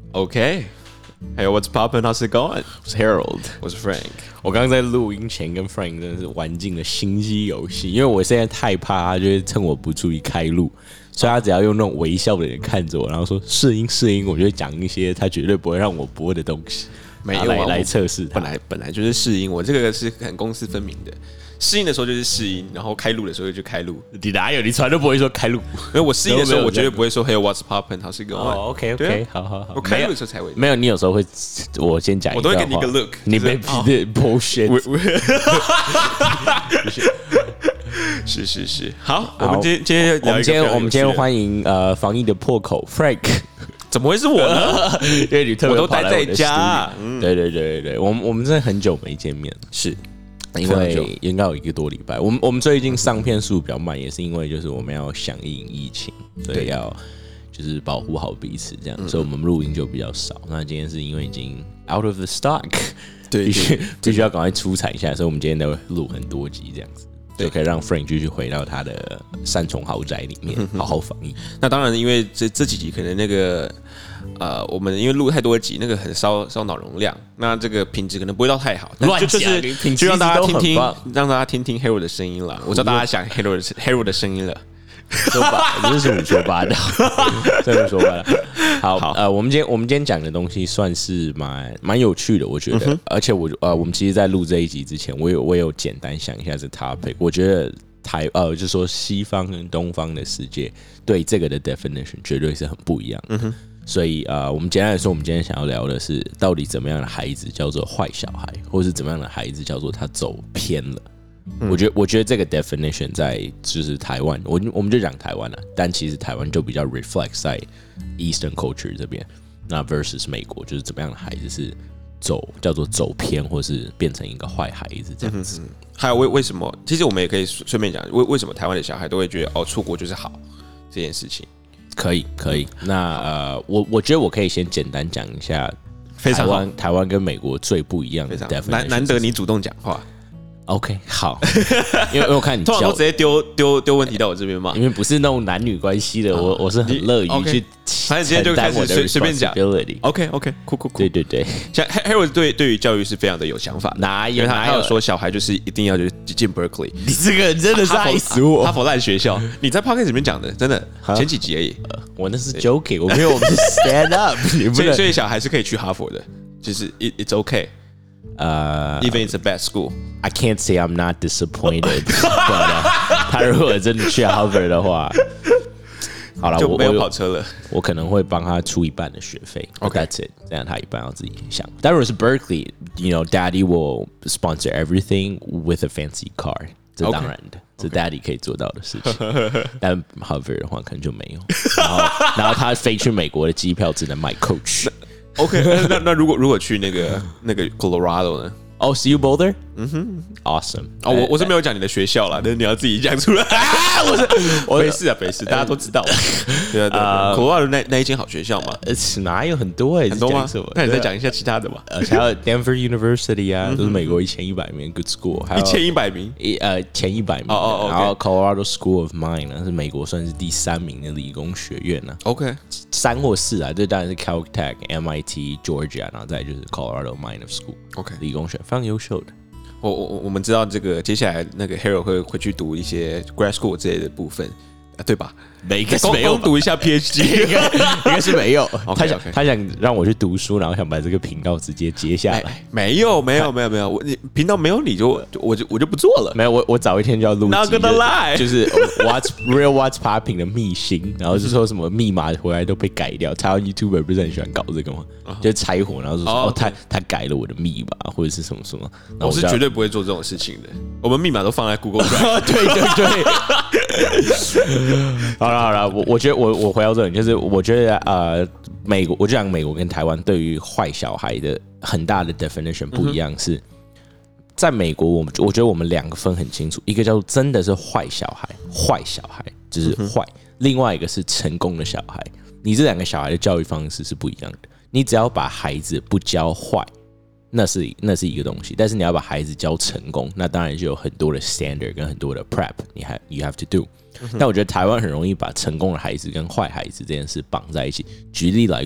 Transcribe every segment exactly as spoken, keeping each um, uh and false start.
OK， 还有 What's poppin'？How's it going？ 我是 Harold， 我是 Frank。 我刚刚在录音前跟 Frank 真的是玩尽了心机游戏，因为我现在太怕他就会趁我不注意开录，所以他只要用那种微笑的脸看着我，然后说试音试音，我就会讲一些他绝对不会让我播的东西， 没有来来测试他。 本来本来就是试音，我这个是很公私分明的。试音的时候就是试音，然后开录的时候就开录。 你哪有？你从来都不会说开录。 因为我试音的时候，我绝对不会说 Hey What's poppin'？ How's it going？ 哦 ，OK OK， 好好好。 我开录的时候才会。 没有，你有时候会，我先讲一段话， 我都会给你一个 look。 你被逼的 bullshit。 是是是，好，我们今天今天我们今天我们今天欢迎呃防疫的破口 Frank。 怎么会是我呢？ 因为你特别我都待在家。 嗯，对对对对对，我们我们真的很久没见面了。 是。 因为应该有一个多礼拜，我们我们最近上片速度比较慢，也是因为就是我们要响应疫情，所以要就是保护好彼此这样，嗯、所以我们录音就比较少。那今天是因为已经 out of the stock， 对， 必须必须要赶快出产一下，所以我们今天都会录很多集这样子，就可以让 Frank 继续回到他的三重豪宅里面好好防疫。 那当然，因为这这几集可能那个。呃，我们因为录太多集，那个很烧烧脑容量，那这个品质可能不会到太好。 乱讲， 就是就让大家听听，让大家听听 Harold 的声音啦。我知道大家想 Harold Harold 的声音了， 说八，这是胡说八道，真的说八道。好，好呃，我们今天我们今天讲的东西算是蛮蛮有趣的，我觉得。嗯、而且我呃，我们其实，在录这一集之前，我有我有简单想一下这 topic， 我觉得台呃，就是说西方跟东方的世界对这个的 definition 绝对是很不一样的。嗯哼。所以呃，我们简单来说，我们今天想要聊的是，到底怎么样的孩子叫做坏小孩，或是怎么样的孩子叫做他走偏了。嗯、我觉得，我觉得这个 definition 在就是台湾，我我们就讲台湾了，但其实台湾就比较 reflect 在 Eastern culture 这边，那 versus 美国，就是怎么样的孩子是走叫做走偏，或是变成一个坏孩子这样子。嗯、 还有为为什么？其实我们也可以顺便讲，为为什么台湾的小孩都会觉得哦，出国就是好这件事情。 可以，可以。那呃，我我觉得我可以先简单讲一下台湾台湾跟美国最不一样的 definition。 难难得你主动讲话。 OK， 好，因为我看你通常都直接丢丢丢问题到我这边嘛， 因为不是那种男女关系的，我我是很乐于去反正今天就开始随随便讲。OK OK， 酷酷酷。 对对对， 像 Harold 对对于教育是非常的有想法， 哪有？ 因为他还有说小孩就是一定要就是进 Berkeley。 你这个人真的是爱死我！ 哈佛烂学校，你在 podcast 里面讲的，真的前几集而已。 我那是 joking， 我没有，我们是 stand up。 所以所以小孩是可以去哈佛的，就是 it's okay。 呃、 uh, ，even it's a bad school, I can't say I'm not disappointed 。他如果真的去 Harvard 的话，好了， 就没有跑车了。 我可能会帮他出一半的学费。 Okay, that's it， 这样他一半要自己想。但如果是 Berkeley，you know, Daddy will sponsor everything with a fancy car。这当然的， okay, 这 Daddy 可以做到的事情。Okay. 但 Harvard 的话可能就没有。然后，然后他飞去美国的机票只能买 Coach。OK， 那那如果如果去那个那个 Colorado 呢？ 哦、oh, ，See you Boulder？ 嗯哼 ，Awesome。 哦，我我是没有讲你的学校啦，但是你要自己讲出来。啊、我是我没事啊，没事，大家都知道。对啊，对啊 ，Colorado 那那一间好学校嘛？ 呃，哪有很多哎、欸， 很多吗？那你再讲一下其他的吧。 呃，还有 Denver University 啊，都是美国一千一百名 good school， 还有一千一百名， 一呃前一百名。哦哦，然后 Colorado School of Mine 呢是美国算是第三名的理工学院呢、啊。 OK， 三或四啊，这当然是 Caltech、M I T、Georgia， 然后再就是 Colorado Mine of School。OK， 理工学非常优秀的。 我我我们知道这个接下来那个 Harold 会会去读一些 grad school 之类的部分，啊、对吧？ 应该是没有读一下 PhD， 应该应该是没有。 okay, 他想 okay. 他想让我去读书，然后想把这个频道直接接下来。欸、 没有没有没有没有，我你频道没有你就我就我就不做了。 没有我我早一天就要录。 Not gonna lie， 就是 What's Real What's Popping 的秘辛，然后就说什么密码回来都被改掉。台湾 YouTuber 不是很喜欢搞这个吗？就拆火，然后就说、oh, 哦他他改了我的密码或者是什么什么。 我是绝对不会做这种事情的。我们密码都放在 Google Drive。 对对对。好了好了，我我觉得。我我回到这里，就是我觉得呃，美国我就讲美国跟台湾对于坏小孩的很大的 definition 不一样，是、嗯、在美国我们我觉得我们两个分很清楚，一个叫做真的是坏小孩，坏小孩就是坏、嗯，另外一个是成功的小孩。你这两个小孩的教育方式是不一样的，你只要把孩子不教坏，那是那是一个东西，但是你要把孩子教成功，那当然就有很多的 standard 跟很多的 prep， 你还 you have to do。但我觉得台湾很容易把成功的孩子跟坏孩子这件事绑在一起。举例来说，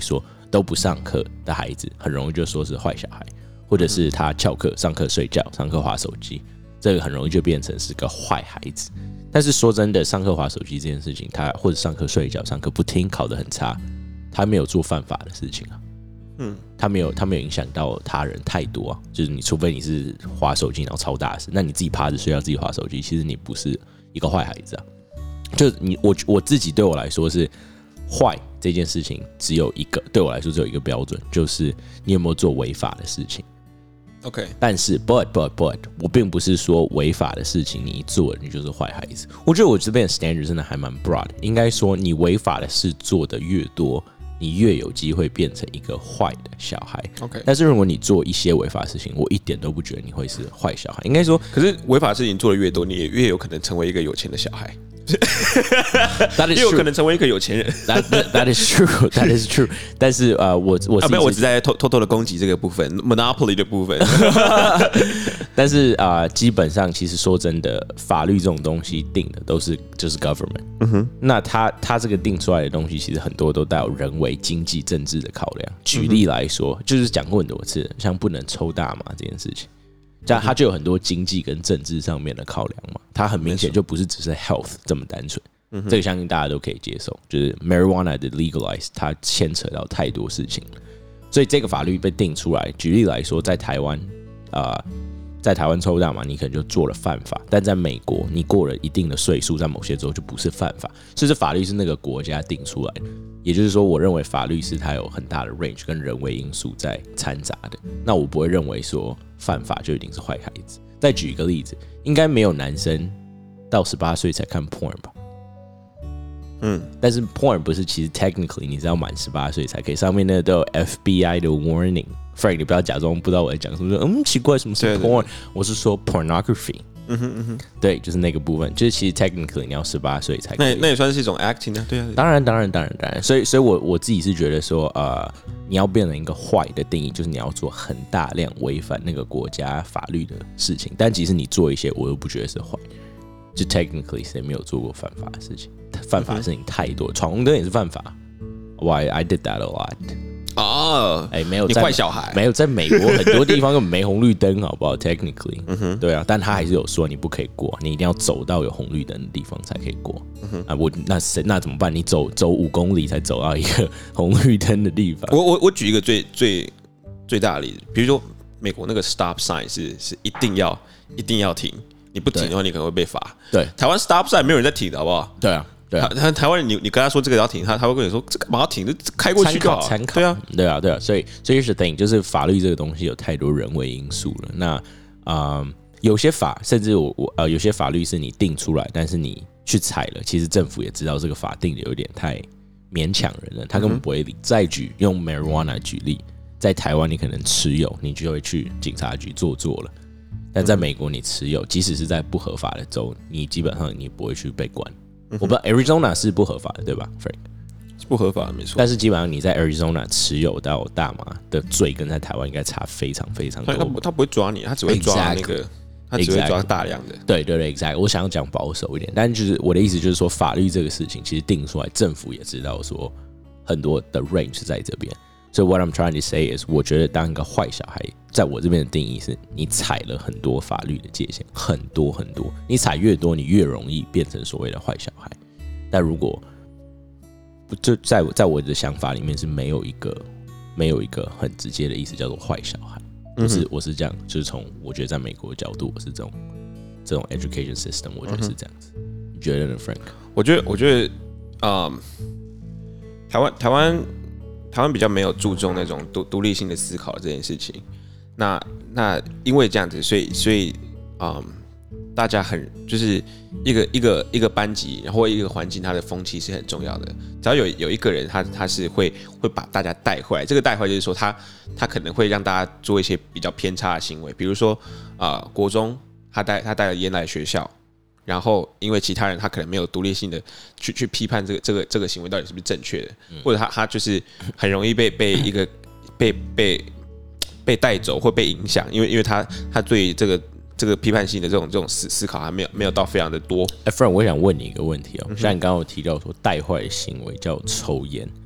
都不上课的孩子，很容易就说是坏小孩，或者是他翘课、上课睡觉、上课滑手机，这个很容易就变成是个坏孩子。但是说真的，上课滑手机这件事情，他或者上课睡觉、上课不听、考得很差，他没有做犯法的事情啊。嗯，他没有，他没有影响到他人太多啊。就是你，除非你是滑手机然后超大声，那你自己趴着睡觉、自己滑手机，其实你不是一个坏孩子啊。就你，我我自己对我来说是坏这件事情，只有一个，对我来说只有一个标准，就是你有没有做违法的事情。 OK， 但是 but but but 我并不是说违法的事情你一做你就是坏孩子。我觉得我这边的 standard 真的还蛮 broad， 应该说你违法的事做的越多，你越有机会变成一个坏的小孩。 OK， 但是如果你做一些违法的事情，我一点都不觉得你会是坏小孩。应该说， 可是违法的事情做的越多，你也越有可能成为一个有钱的小孩。也有可能成为一个有钱人。 that, that, that is true, that is true。但是呃，我我啊，没有，我只在偷偷偷的攻击这个部分 ，monopoly 的部分。 但是啊、呃，基本上其实说真的，法律这种东西定的都是就是 government。嗯哼，那他他这个定出来的东西，其实很多都带有人为、经济、政治的考量。举例来说，嗯、就是讲过很多次，像不能抽大麻这件事情。这样它就有很多经济跟政治上面的考量嘛，它很明显就不是只是 health 这么单纯，嗯、这个相信大家都可以接受。就是 marijuana 的 legalize， 它牵扯到太多事情，所以这个法律被定出来。举例来说，在台湾，啊、呃，在台湾抽大麻，你可能就做了犯法，但在美国，你过了一定的岁数，在某些州就不是犯法，所以这法律是那个国家定出来的。也就是说，我认为法律是它有很大的 range 跟人为因素在掺杂的。那我不会认为说犯法就一定是坏孩子。再举一个例子，应该没有男生到十八岁才看 porn 吧？嗯，但是 porn 不是，其实 technically 你是要满十八岁才可以，上面那都有 F B I 的 warning。Frank， 你不要假装不知道我在讲什么，说嗯奇怪什么是 porn， 對對對，我是说 pornography。嗯哼嗯哼，对，就是那个部分，就是其实 technically 你要十八岁才可以， 那那也算是一种 acting 啊，对啊， 当然当然当然当然，所以所以我我自己是觉得说，呃，你要变成一个坏的定义，就是你要做很大量违反那个国家法律的事情，但其实你做一些，我又不觉得是坏，就 technically 谁没有做过犯法的事情？犯法的事情太多，闯红灯也是犯法。Why I did that a lot。 哦， 哎，没有， 你坏小孩， 没有，在美国很多地方根本没红绿灯，好不好 ？Technically， 嗯哼，对啊，但他还是有说你不可以过，你一定要走到有红绿灯的地方才可以过。嗯哼，啊，我那谁那怎么办？你走走五公里才走到一个红绿灯的地方。 我我我举一个最最最大的例子，比如说美国那个 stop sign 是是一定要一定要停，你不停的话，你可能会被罚。 对， 台湾 stop sign 没有人在停的，好不好？ 对啊。对啊， 台台湾人，你你跟他说这个要停，他他会跟你说这个干嘛要停？就开过去就好。 参考， 对啊， 对啊，对啊，所以所以 here's the thing， 就是法律这个东西有太多人为因素了。那啊、呃，有些法甚至我我呃有些法律是你定出来，但是你去踩了，其实政府也知道这个法定的有点太勉强人了，他根本不会理。嗯、再举用 marijuana 举例，在台湾你可能持有，你就会去警察局坐坐了。但在美国你持有，即使是在不合法的州，你基本上你不会去被关。我不知道 Arizona 是不合法的，对吧 ？Frank 是不合法的，没错。 但是基本上你在 Arizona 持有到大麻的罪，跟在台湾应该差非常非常多。 他他不会抓你，他只会抓那个， exactly. 他只会抓大量的。 对对对 ，exactly。我想要讲保守一点，但就是我的意思就是说，法律这个事情其实定出来，政府也知道说很多的 range 在这边。所以 what I'm trying to say is， 我觉得当一个坏小孩，在我这边的定义是，你踩了很多法律的界限，很多很多。你踩越多，你越容易变成所谓的坏小孩。但如果就在在我的想法里面是没有一个没有一个很直接的意思叫做坏小孩。我是我是这样，就是从我觉得在美国的角度，我是这种这种 education system， 我觉得是这样子。你觉得呢 ，Frank？ 我觉得我觉得啊、嗯，台湾台湾。台湾比较没有注重那种独独立性的思考这件事情，那那因为这样子，所以所以嗯，大家很就是一个一个一个班级，然后一个环境，它的风气是很重要的。只要有有一个人他他是会会把大家带坏，这个带坏就是说他他可能会让大家做一些比较偏差的行为，比如说啊、呃，国中他带他带了烟来学校。然后，因为其他人他可能没有独立性的去去批判这个这个这个行为到底是不是正确的，或者他他就是很容易被被一个被被被带走或被影响，因为因为他他对这个这个批判性的这种这种思思考还没有没有到非常的多。 哎 ，Frank， 我想问你一个问题哦，像你刚刚有提到说带坏的行为叫抽烟，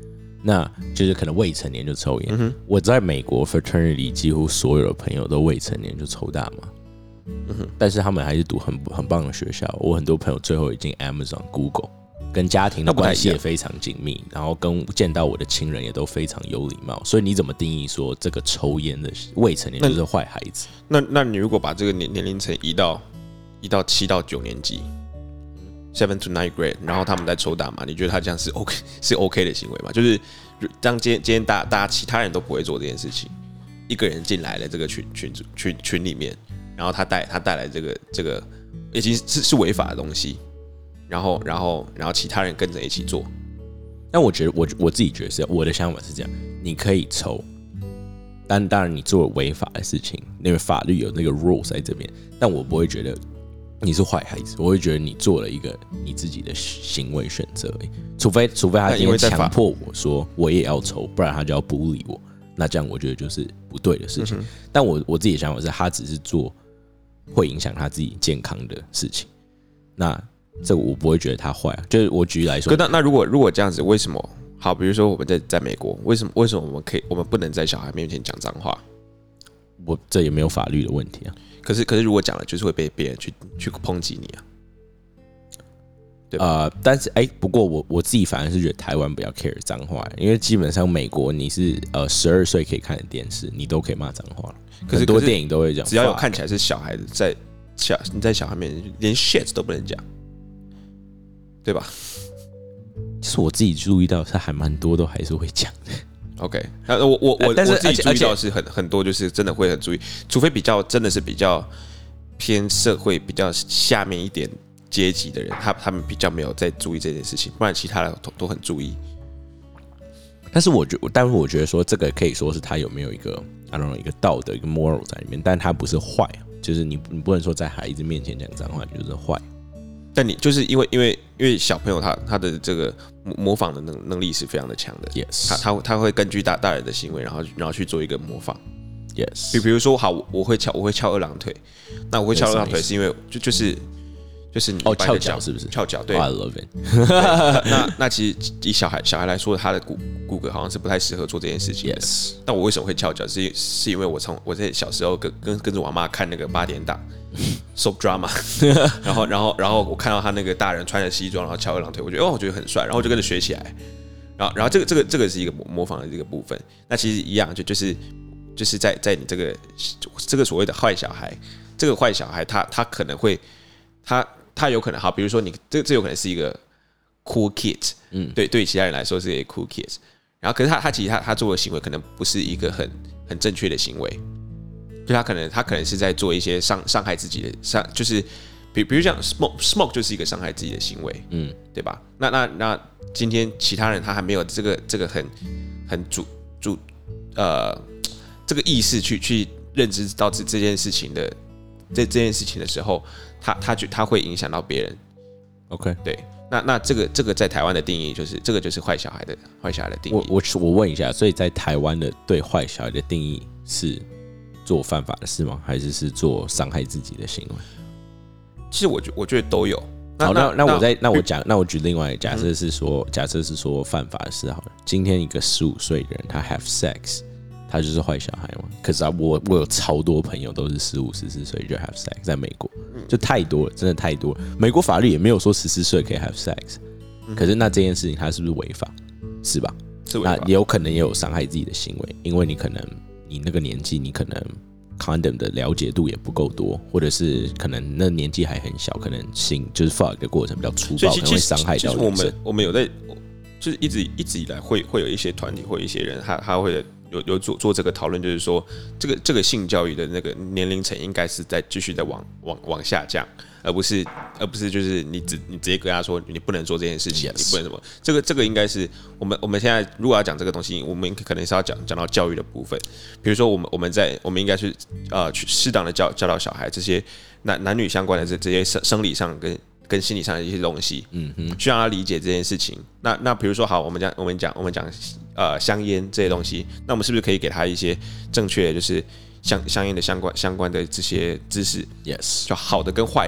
那就是可能未成年就抽烟。嗯、我在美国 fraternity 几乎所有的朋友都未成年就抽大麻，嗯、但是他们还是读很很棒的学校。我很多朋友最后已经 Amazon、Google， 跟家庭的关系也非常紧密，然后跟见到我的亲人也都非常有礼貌。所以你怎么定义说这个抽烟的未成年就是坏孩子？ 那 那, 那你如果把这个年年龄层移到移到七到九年级？seven to nine grade， 然后他们在抽大麻，你觉得他这样是 OK 是 OK 的行为吗？就是当今天今天大大家其他人都不会做这件事情，一个人进来了这个群群群群里面，然后他带他带来这个这个已经是是违法的东西，然后然后然后其他人跟着一起做。 但我觉得我我自己觉得是我的想法是这样，你可以抽，但当然你做了违法的事情，因为法律有那个 rules 在这边，但我不会觉得你是坏孩子，我会觉得你做了一个你自己的行为选择，除非除非他今天强迫我说我也要抽，不然他就要bully理我，那这样我觉得就是不对的事情。嗯、但我我自己的想法是，他只是做会影响他自己健康的事情，那这个我不会觉得他坏啊。就是我举例来说， 那那如果如果这样子，为什么好？比如说我们在在美国，为什么为什么我们可以我们不能在小孩面前讲脏话？ 我这也没有法律的问题啊。 可是，可是如果讲了，就是会被别人去去抨击你啊，对吧？ 呃，但是哎、欸，不过我我自己反而是觉得台湾不要 care 脏话，因为基本上美国你是呃十二岁可以看的电视，你都可以骂脏话了。可是很多电影都会讲， 只要有看起来是小孩子在小你在小孩面前连 shit 都不能讲，对吧？ 其实我自己注意到，他还蛮多都还是会讲的。 OK， 我我我但是我自己注意到是很很多，就是真的会很注意，除非比较真的是比较偏社会比较下面一点阶级的人，他他们比较没有在注意这件事情，不然其他的都都很注意。 但是我觉，但是我觉得说这个可以说是他有没有一个 I don't know 一个道德一个 moral 在里面，但他不是坏，就是你你不能说在孩子面前讲脏话就是坏。 但你就是因为因为因为小朋友他他的这个模仿的能能力是非常的强的 ，yes， 他他他会根据大大人的行为，然后然后去做一个模仿 ，yes， 比比如说好，我会翘我会翘二郎腿，那我会翘二郎腿是因为就就是就是你哦翘脚是不是？ 翘脚对 ，I love it 那。那那其实以小孩小孩来说，他的骨骨骼好像是不太适合做这件事情的。 Yes， 但我为什么会翘脚？是是因为我从我在小时候跟跟跟着我妈看那个八点档。soap drama， 然后然后然后我看到他那个大人穿着西装，然后翘二郎腿，我觉得哦，我觉得很帅，然后我就跟着学起来。然后然后这个这个这个是一个模仿的这个部分。那其实一样，就就是就是在在你这个这个所谓的坏小孩，这个坏小孩他他可能会他他有可能好，比如说你这这有可能是一个 cool kid， 嗯，对对，其他人来说是一个 cool kid， 然后可是他他其实他他做的行为可能不是一个很很正确的行为。就他可能，他可能是在做一些伤伤害自己的伤，就是比比如讲 smoke smoke 就是一个伤害自己的行为，嗯，对吧？那那那今天其他人他还没有这个这个很很主主呃这个意识去去认知到这这件事情的这这件事情的时候，他他他会影响到别人。 OK， 对，那那这个这个在台湾的定义就是这个就是坏小孩的坏小孩的定义。 我我我问一下，所以在台湾的对坏小孩的定义是？做犯法的事吗？还是是做伤害自己的行为？ 其实我觉我觉得都有。 好，那那我再那我讲，那我举另外一个假设是说，假设是说犯法的事好了。今天一个十五岁的人他 have sex， 他就是坏小孩吗？可是啊，我我有超多朋友都是十五、十四岁就 have sex， 在美国就太多了，真的太多了。美国法律也没有说十四岁可以 have sex， 可是那这件事情他是不是违法？是吧？ 是违法。 那也有可能也有伤害自己的行为，因为你可能。你那个年纪，你可能 condom 的了解度也不够多，或者是可能那年纪还很小，可能性就是 fuck 的过程比较粗暴，可能会伤害到女生。 我们我们有在，就是一直一直以来会会有一些团体或一些人，他他会有有做做这个讨论，就是说这个这个性教育的那个年龄层应该是在继续在往往往下降。而不是，而不是就是你直你直接跟他说你不能做这件事情， yes. 你不能什么？这个这个应该是我们我们现在如果要讲这个东西，我们可能是要讲讲到教育的部分。比如说我们我们在我们应该去呃去适当的教教导小孩这些男男女相关的这这些生生理上跟跟心理上的一些东西，嗯哼，去让他理解这件事情。那那比如说好，我们讲我们讲我们讲呃香烟这些东西，那我们是不是可以给他一些正确的就是相相应的相关相关的这些知识 ？Yes， 就好的跟坏的。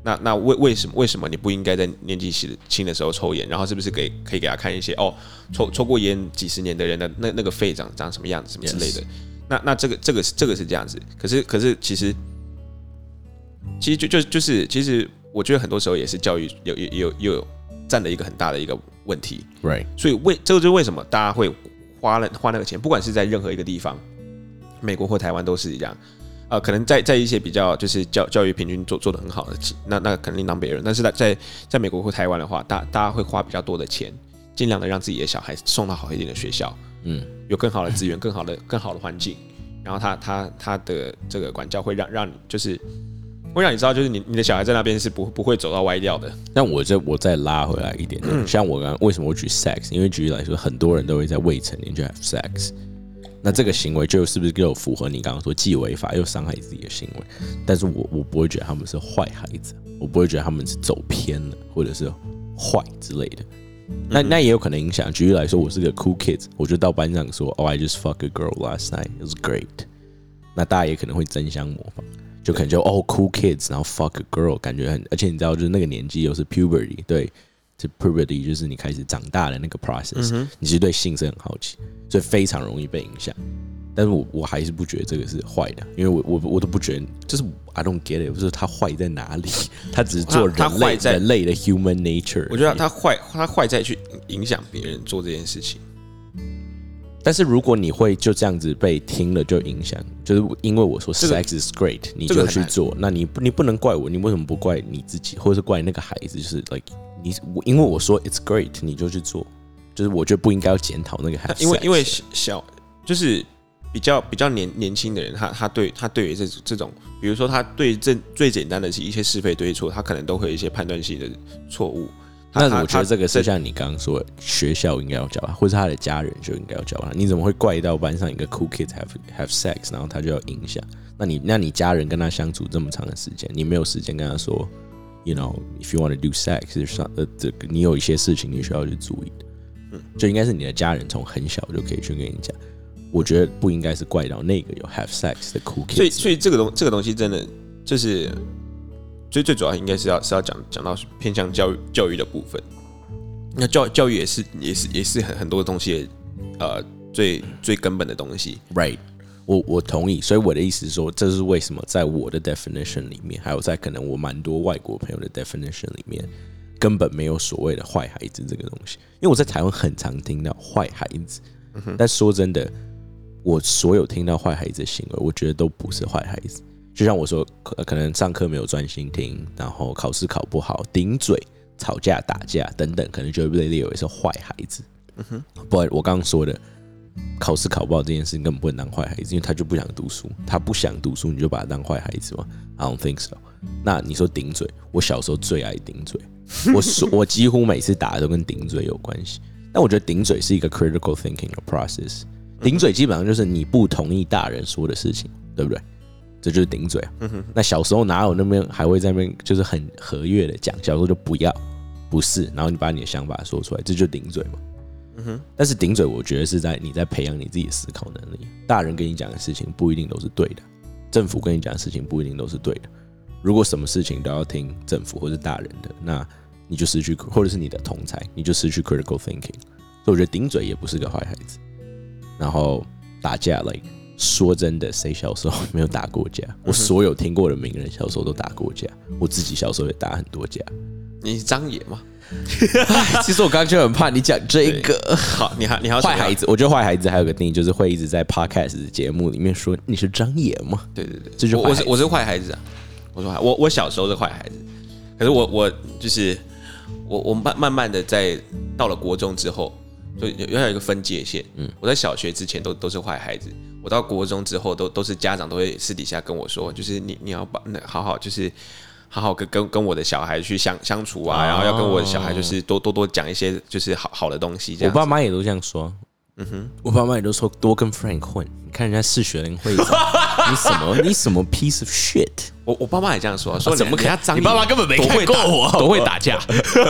那那为为什么为什么你不应该在年纪轻的时候抽烟？然后是不是给可以给他看一些哦，抽抽过烟几十年的人的那那个肺长长什么样子什么之类的？ Yes. 那那这个这个这个是这样子，可是可是其实其实就就就是其实我觉得很多时候也是教育有有有有占了一个很大的一个问题 ，right？ 所以为这个就是为什么大家会花了花那个钱，不管是在任何一个地方，美国或台湾都是一样。呃，可能在在一些比较就是教教育平均做做得很好的，那那肯定另当别论。但是在在在美国或台湾的话，大大家会花比较多的钱，尽量的让自己的小孩送到好一点的学校，嗯，有更好的资源、更好的更好的环境，然后他他他的这个管教会让让你就是会让你知道，就是你你的小孩在那边是不不会走到歪掉的。 但我这我再拉回来一点，嗯、像我刚刚为什么我举 sex， 因为举例来说，很多人都会在未成年就 have sex。那这个行为就是不是又符合你刚刚说既违法又伤害自己的行为？但是我我不会觉得他们是坏孩子，我不会觉得他们是走偏了或者是坏之类的。那那也有可能影响。举例来说，我是个 cool kid， 我就到班上说 ，Oh, I just fucked a girl last night, it was great。那大家也可能会争相模仿，就可能就哦 cool kids， 然后 fuck a girl， 感觉很，而且你知道，就是那个年纪又是 puberty， 对。这 puberty 就是你开始长大的那个 process，、嗯、你其实对性是很好奇，所以非常容易被影响。但是我我还是不觉得这个是坏的，因为我我我都不觉得，就是 I don't get it， 不是他坏在哪里，他只是做人类人类的 human nature。 我觉得他坏，他坏在去影响别人做这件事情。 但是如果你会就这样子被听了就影响，就是因为我说 sex is great，、這個、你就去做，那你你不能怪我，你为什么不怪你自己，或者是怪那个孩子？就是 like 你因为我说 it's great， 你就去做，就是我觉得不应该要检讨那个孩子， 因为因为小就是比较比较年年轻的人，他他对他对于这这种，比如说他对这最简单的一些是非对错，他可能都会有一些判断性的错误。 那我觉得这个是像你刚刚说的，学校应该要教他，或者他的家人就应该要教他。你怎么会怪到班上一个 cool kid have have sex， 然后他就要影响？那你那你家人跟他相处这么长的时间，你没有时间跟他说 ，you know if you want to do sex， 呃，这个你有一些事情你需要去注意的，嗯，就应该是你的家人从很小就可以去跟你讲。我觉得不应该是怪到那个有 have sex 的 cool kid。 所以所以这个东这个东西真的就是。所以最主要应该是要是要讲讲到偏向教育教育的部分。那教教育也是也是也是很很多东西的呃最最根本的东西。 Right， 我我同意。所以我的意思是说，这是为什么在我的 definition 里面，还有在可能我蛮多外国朋友的 definition 里面，根本没有所谓的坏孩子这个东西。因为我在台湾很常听到坏孩子，嗯、但说真的，我所有听到坏孩子的行为，我觉得都不是坏孩子。就像我说，可能上课没有专心听，然后考试考不好，顶嘴、吵架、打架等等，可能就会被列为是坏孩子。嗯哼，不然我刚刚说的，考试考不好这件事情根本不能当坏孩子，因为他就不想读书，他不想读书，你就把他当坏孩子吗 ？I don't think so。那你说顶嘴，我小时候最爱顶嘴，我我几乎每次打都跟顶嘴有关系。但我觉得顶嘴是一个 critical thinking 的 process， 顶嘴基本上就是你不同意大人说的事情，对不对？这就是顶嘴啊！嗯、那小时候哪有那边还会在那边就是很和悦的讲，小时候就不要，不是，然后你把你的想法说出来，这就顶嘴嘛。嗯哼。但是顶嘴，我觉得是在你在培养你自己的思考能力。大人跟你讲的事情不一定都是对的，政府跟你讲的事情不一定都是对的。如果什么事情都要听政府或是大人的，那你就失去，或者是你的同侪，你就失去 critical thinking。所以我觉得顶嘴也不是个坏孩子。然后打架 like。说真的，谁小时候没有打过架？我所有听过的名人小时候都打过架，我自己小时候也打很多架。 你是张爷吗？ 其实我刚刚就很怕你讲这个。 好，你还你还坏孩子，我觉得坏孩子还有个定义，就是会一直在 podcast 的节目里面说你是张爷吗？ 对对对， 这就我是我是坏孩子啊！我说我我小时候是坏孩子，可是我我就是我我慢慢慢的在到了国中之后。就要有一个分界线。嗯，我在小学之前都都是坏孩子，我到国中之后都都是家长都会私底下跟我说，就是你你要把好好就是好好跟跟跟我的小孩去相相处啊，哦、然后要跟我的小孩就是多多多讲一些就是好好的东西。这样我爸妈也都这样说。嗯哼，我爸妈也都说多跟 Frank 混，你看人家市学联会长，你什么你什么 piece of shit。 我我爸妈也这样说，说怎么可能？ 你爸妈根本没看过我， 多会打架。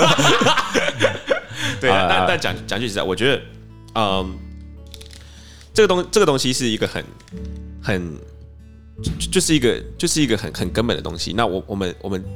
对啊，但但讲讲句实在，我觉得，嗯，这个东这个东西是一个很很，就是一个就是一个很很根本的东西。那我我们我们我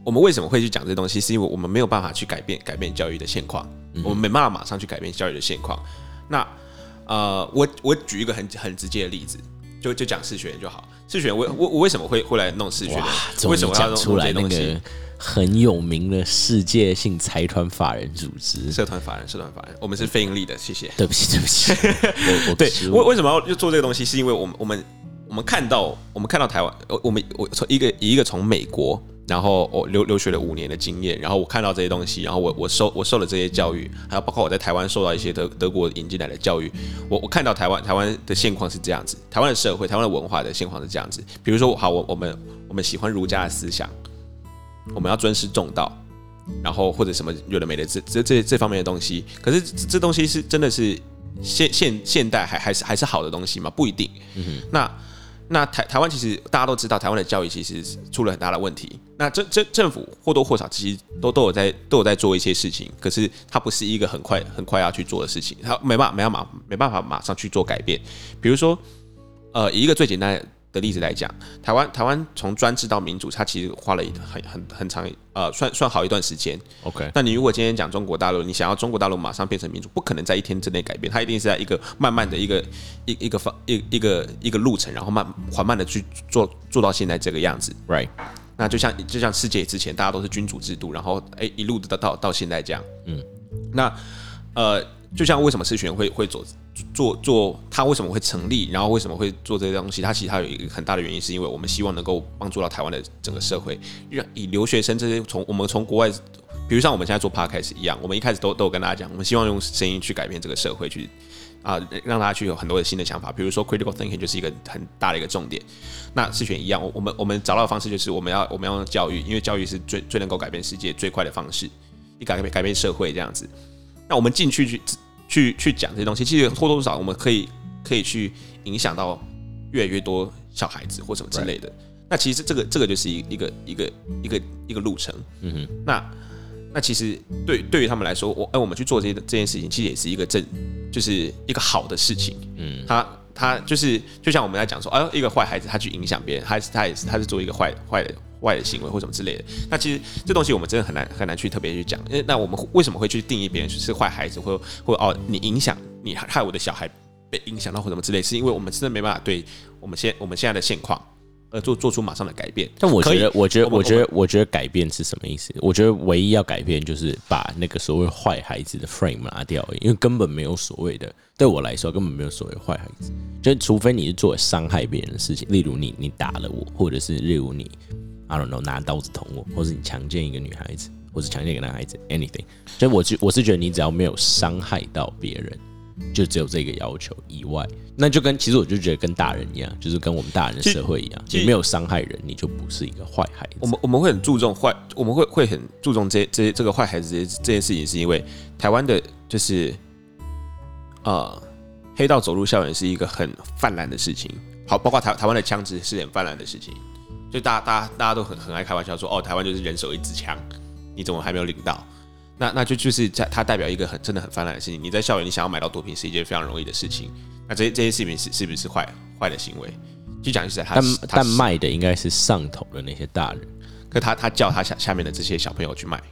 我们为什么会去讲这东西，是因为我们没有办法去改变改变教育的现况，嗯、我们没办法马上去改变教育的现况。那呃，我我举一个很很直接的例子，就就讲视学就好。视学，我我我为什么会会来弄视学的？为什么要弄这些东西？ 很有名的世界性财团法人组织， 社团法人，社团法人，我们是非盈利的，谢谢。 对不起，对不起，我我对，为为什么要做这个东西？是因为我们我们我们看到我们看到台湾，我们我从一个以一个从美国。然后我留留学了五年的经验，然后我看到这些东西，然后我我受我受了这些教育，还有包括我在台湾受到一些德德国引进来的教育，我我看到台湾台湾的现况是这样子，台湾的社会、台湾的文化的现况是这样子。比如说，好，我我们我们喜欢儒家的思想，我们要尊师重道，然后或者什么有的没的这这这这方面的东西，可是这这东西是真的是现现现代还还是还是好的东西吗？不一定。嗯、那。那台台湾其实大家都知道，台湾的教育其实出了很大的问题。那政政政府或多或少其实都都有在都有在做一些事情，可是它不是一个很快很快要去做的事情，它没办法没办法没办法马上去做改变。比如说，呃，以一个最简单的例子来讲，台湾台湾从专制到民主，它其实花了很很很长呃算算好一段时间。 OK， 那你如果今天讲中国大陆，你想要中国大陆马上变成民主，不可能在一天之内改变，它一定是在一个慢慢的一个一一个一一个一个路程，然后慢缓慢的去做做到现在这个样子。 Right， 那就像就像世界之前大家都是君主制度，然后哎一路的到到现在这样。嗯，那呃就像为什么视学会会做做做，它为什么会成立，然后为什么会做这些东西？它其实它有一个很大的原因，是因为我们希望能够帮助到台湾的整个社会，让以留学生这些从我们从国外，比如像我们现在做 podcast 一样，我们一开始都都有跟大家讲，我们希望用声音去改变这个社会，去啊、呃、让大家去有很多的新的想法。比如说 critical thinking 就是一个很大的一个重点。那视学一样，我们我们找到的方式就是我们要我们要用教育，因为教育是最最能够改变世界最快的方式，以改变改变社会这样子。那我们进去去去去讲这些东西，其实或多或少我们可以可以去影响到越来越多小孩子或什么之类的。那其实这个这个就是一个一个一个一个路程。嗯哼。那那其实对对于他们来说，我哎我们去做这这件事情，其实也是一个正就是一个好的事情。嗯。他他就是就像我们在讲说，哎一个坏孩子他去影响别人，他他也是他是做一个坏坏的。坏的行为或什么之类的，那其实这东西我们真的很难很难去特别去讲。那我们为什么会去定义别人是坏孩子，或或哦你影响你害我的小孩被影响到或什么之类，是因为我们真的没办法对我们现我们现在的现况呃做做出马上的改变。 但我觉得，我觉得，我觉得，我觉得改变是什么意思？我觉得唯一要改变就是把那个所谓坏孩子的 frame 拿掉而已，因为根本没有所谓的，对我来说根本没有所谓坏孩子，就除非你是做伤害别人的事情，例如你你打了我，或者是例如你。I don't know， 拿刀子捅我，或是你强奸一个女孩子，或是强奸一个男孩子 ，anything。所以我我是觉得你只要没有伤害到别人，就只有这个要求以外，那就跟其实我就觉得跟大人一样，就是跟我们大人的社会一样，你没有伤害人，你就不是一个坏孩子。 我们我们会很注重坏，我们会会很注重这这这个坏孩子这件事情，是因为台湾的就是呃黑道走入校园是一个很泛滥的事情，好，包括台台湾的枪支是很泛滥的事情。就大家大家大家都很很爱开玩笑说，哦，台湾就是人手一支枪，你怎么还没有领到？那那就就是它代表一个很真的很泛滥的事情。你在校园你想要买到毒品是一件非常容易的事情。那这这些事情是是不是坏坏的行为？就讲就是他但但卖的应该是上头的那些大人， 可他他叫他下下面的这些小朋友去卖。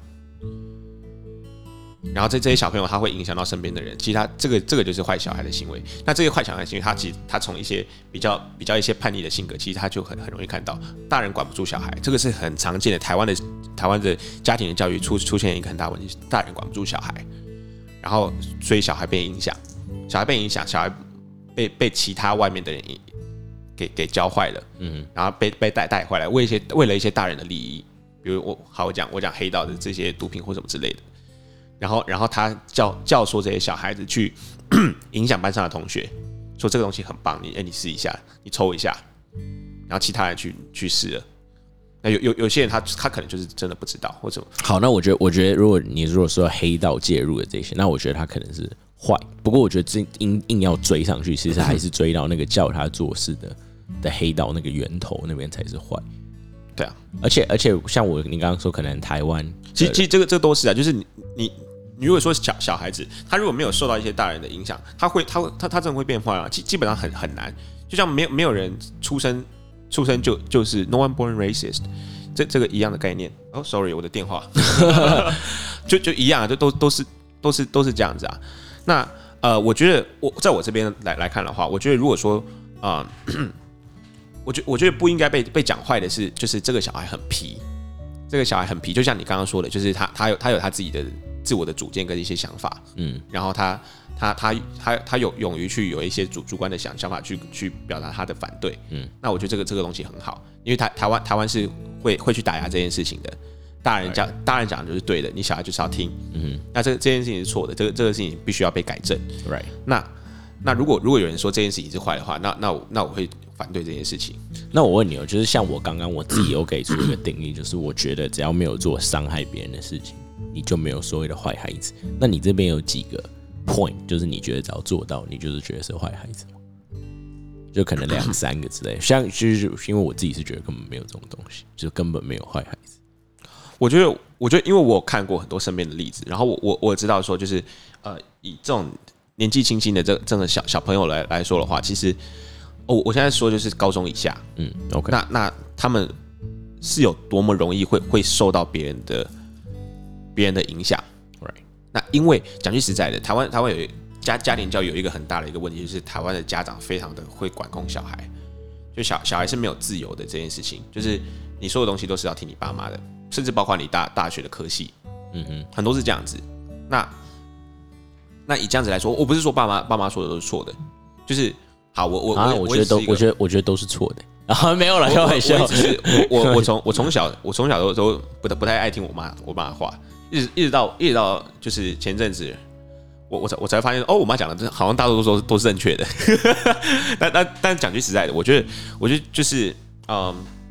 然后这这些小朋友他会影响到身边的人，其实他这个这个就是坏小孩的行为。那这个坏小孩的行为，他其实他从一些比较比较一些叛逆的性格，其实他就很很容易看到，大人管不住小孩，这个是很常见的。台湾的台湾的家庭的教育出出现一个很大问题，大人管不住小孩，然后所以小孩被影响，小孩被影响，小孩被被其他外面的人给给教坏了，嗯，然后被被带带坏来，为一些为了一些大人的利益，比如我好我讲我讲黑道的这些毒品或什么之类的。然后，然后他教教唆这些小孩子去影响班上的同学，说这个东西很棒，你哎你试一下，你抽一下，然后其他人去去试了。那有有有些人他他可能就是真的不知道或者好，那我觉得我觉得如果你如果说黑道介入的这些，那我觉得他可能是坏。不过我觉得硬硬要追上去，其实还是追到那个叫他做事的的黑道那个源头那边才是坏。 对啊， 而且而且像我你刚刚说，可能台湾其实其实这个这个都是啊，就是你你。你如果说小小孩子，他如果没有受到一些大人的影响，他会他他他真的会变坏啊，基基本上很很难。就像没有没有人出生出生就就是 no one born racist， 这这个一样的概念。哦 ，sorry， 我的电话，就就一样、啊，就都都是都是都是这样子啊。那呃，我觉得我在我这边来来看的话，我觉得如果说啊、呃，我觉我觉得不应该被被讲坏的是，就是这个小孩很皮，这个小孩很皮，就像你刚刚说的，就是他他有他有他自己的自我的主见跟一些想法，嗯，然后他他他他他有勇于去有一些主主观的想想法去去表达他的反对，嗯，那我觉得这个这个东西很好，因为台台湾台湾是会会去打压这件事情的。大人讲，大人讲的就是对的，你小孩就是要听。嗯，那这这件事情是错的，这个这个事情必须要被改正。 Right。 那那如果如果有人说这件事情是坏的话，那那我那我会反对这件事情。 那我问你哦，就是像我刚刚我自己有给出一个定义，就是我觉得只要没有做伤害别人的事情，你就没有所谓的坏孩子。那你这边有几个 point， 就是你觉得只要做到，你就是觉得是坏孩子吗？就可能两三个之类的，像就是因为我自己是觉得根本没有这种东西，就根本没有坏孩子。 我觉得，我觉得，因为我有看过很多身边的例子，然后我我我知道说，就是呃，以这种年纪轻轻的这这个小小朋友来来说的话，其实，哦，我现在说就是高中以下，嗯 ，OK， 那那他们是有多么容易会会受到别人的别人的影响 ，right？ 那因为讲句实在的，台湾台湾有家家庭教育有一个很大的一个问题，就是台湾的家长非常的会管控小孩，就小小孩是没有自由的这件事情，就是你所有东西都是要听你爸妈的。甚至包括你大大学的科系，嗯哼，很多是这样子。那那以这样子来说，我不是说爸妈爸妈说的都是错的，就是好，我我、 啊、我觉得都我觉得我觉得都是错的啊，没有了，开玩笑。 我是我我我从我从小我从小都都不不太爱听我妈我妈的话，一直一直到一直到就是前阵子，我我才我才发现哦，我妈讲的好像大多数都都是正确的。但但但讲句实在的，我觉得我觉得就是嗯。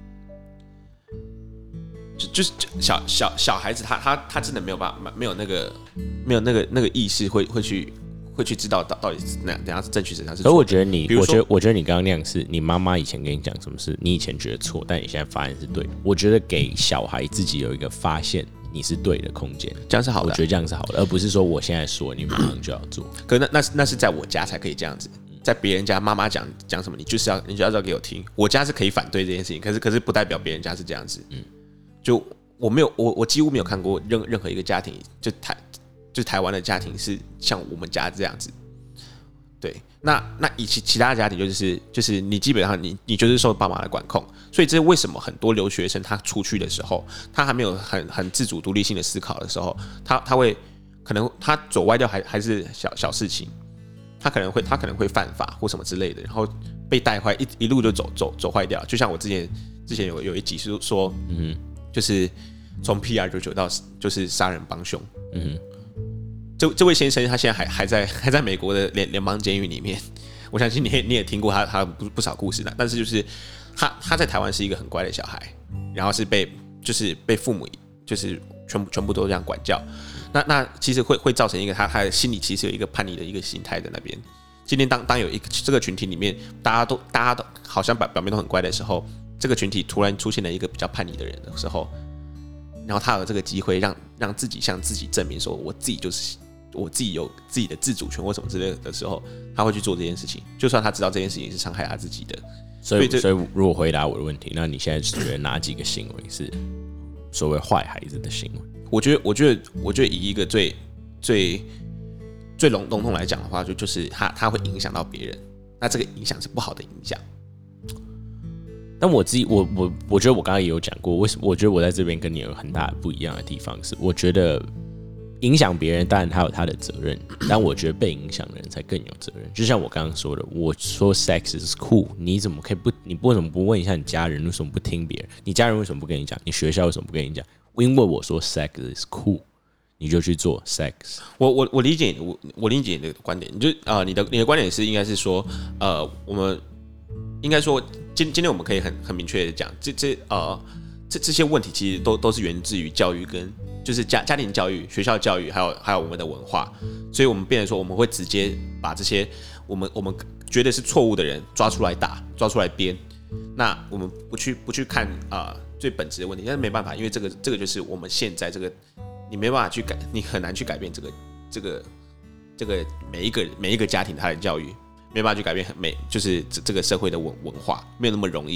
就就是小小小孩子他，他他他真的没有办法，没有那个没有那个那个意识会会去会去知道到到底是哪怎样是正确，怎样是错的。 所以我觉得你，我觉得我觉得你刚刚那样是你妈妈以前跟你讲什么事，你以前觉得错，但你现在发现是对的。我觉得给小孩自己有一个发现你是对的空间， 这样是好的、啊。 我觉得这样是好的，而不是说我现在说你马上就要做。 可那那那是在我家才可以这样子。在别人家，妈妈讲讲什么，你就是要你就要给我听。我家是可以反对这件事情，可是可是不代表别人家是这样子。嗯，就我没有我我几乎没有看过任任何一个家庭，就台就台湾的家庭是像我们家这样子。对，那那以其其他的家庭就是就是你基本上你你就是受爸妈的管控，所以这是为什么很多留学生他出去的时候，他还没有很很自主独立性的思考的时候，他他会可能他走歪掉还还是小小事情。他可能会，他可能会犯法或什么之类的，然后被带坏，一一路就走走走坏掉。就像我之前之前有有一集是说，嗯哼，就是从 P R 九九到就是杀人帮凶，嗯哼，这这位先生他现在还还在还在美国的联联邦监狱里面。我相信你也你也听过他他不不少故事的，但是就是他他在台湾是一个很乖的小孩，然后是被就是被父母就是全部全部都这样管教。那那其实会会造成一个他他的心里其实有一个叛逆的一个心态在那边。今天当当有一个这个群体里面，大家都大家都好像表表面都很乖的时候，这个群体突然出现了一个比较叛逆的人的时候，然后他有这个机会让让自己向自己证明说，我自己就是我自己有自己的自主权或什么之类的时候，他会去做这件事情，就算他知道这件事情是伤害他自己的。 所以所以如果回答我的问题，那你现在觉得哪几个行为是所谓坏孩子的行为？ 我觉得，我觉得，我觉得以一个最最最笼笼统来讲的话，就就是他他会影响到别人，那这个影响是不好的影响。 但我自己，我我我觉得我刚刚也有讲过，为什么？我觉得我在这边跟你有很大的不一样的地方是，我觉得影响别人，当然他有他的责任，但我觉得被影响的人才更有责任。就像我刚刚说的，我说 sex is cool， 你怎么可以不？你为什么不问一下你家人？为什么不听别人？你家人为什么不跟你讲？你学校为什么不跟你讲？因为我说 sex is cool， 你就去做 sex。 我我我理解我我理解你的观点，你就呃你的你的观点是应该是说呃我们应该说今今天我们可以很很明确的讲，这这呃这这些问题其实都都是源自于教育跟就是家家庭教育、学校教育，还有还有我们的文化，所以我们变成说我们会直接把这些我们我们觉得是错误的人抓出来打，抓出来编，那我们不去不去看啊。呃最本质的问题，但是没办法，因为这个这个就是我们现在这个，你没办法去改，你很难去改变这个这个这个每一个每一个家庭他的教育，没办法去改变每就是这这个社会的文文化，没有那么容易，